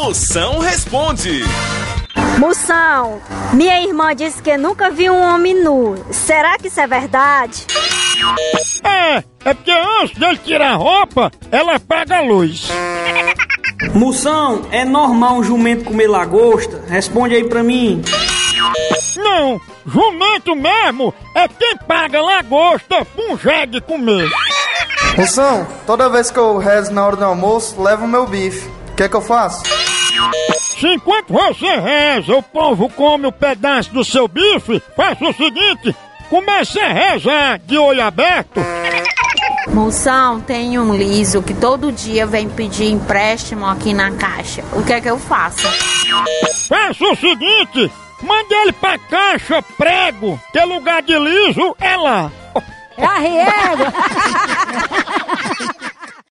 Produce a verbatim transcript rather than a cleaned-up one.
Moção responde. Moção, minha irmã disse que nunca viu um homem nu. Será que isso é verdade? É, é porque antes dele tirar a roupa, ela apaga a luz. Moção, é normal um jumento comer lagosta? Responde aí pra mim. Não, jumento mesmo é quem paga lagosta com jegue comer. Moção, toda vez que eu rezo na hora do almoço, levo o meu bife. O que é que eu faço? Se enquanto você reza, o povo come o pedaço do seu bife, faça o seguinte, comece a rezar de olho aberto. Moção, tem um liso que todo dia vem pedir empréstimo aqui na caixa. O que é que eu faço? Faça o seguinte, mande ele pra caixa prego, que lugar de liso é lá. É a riega!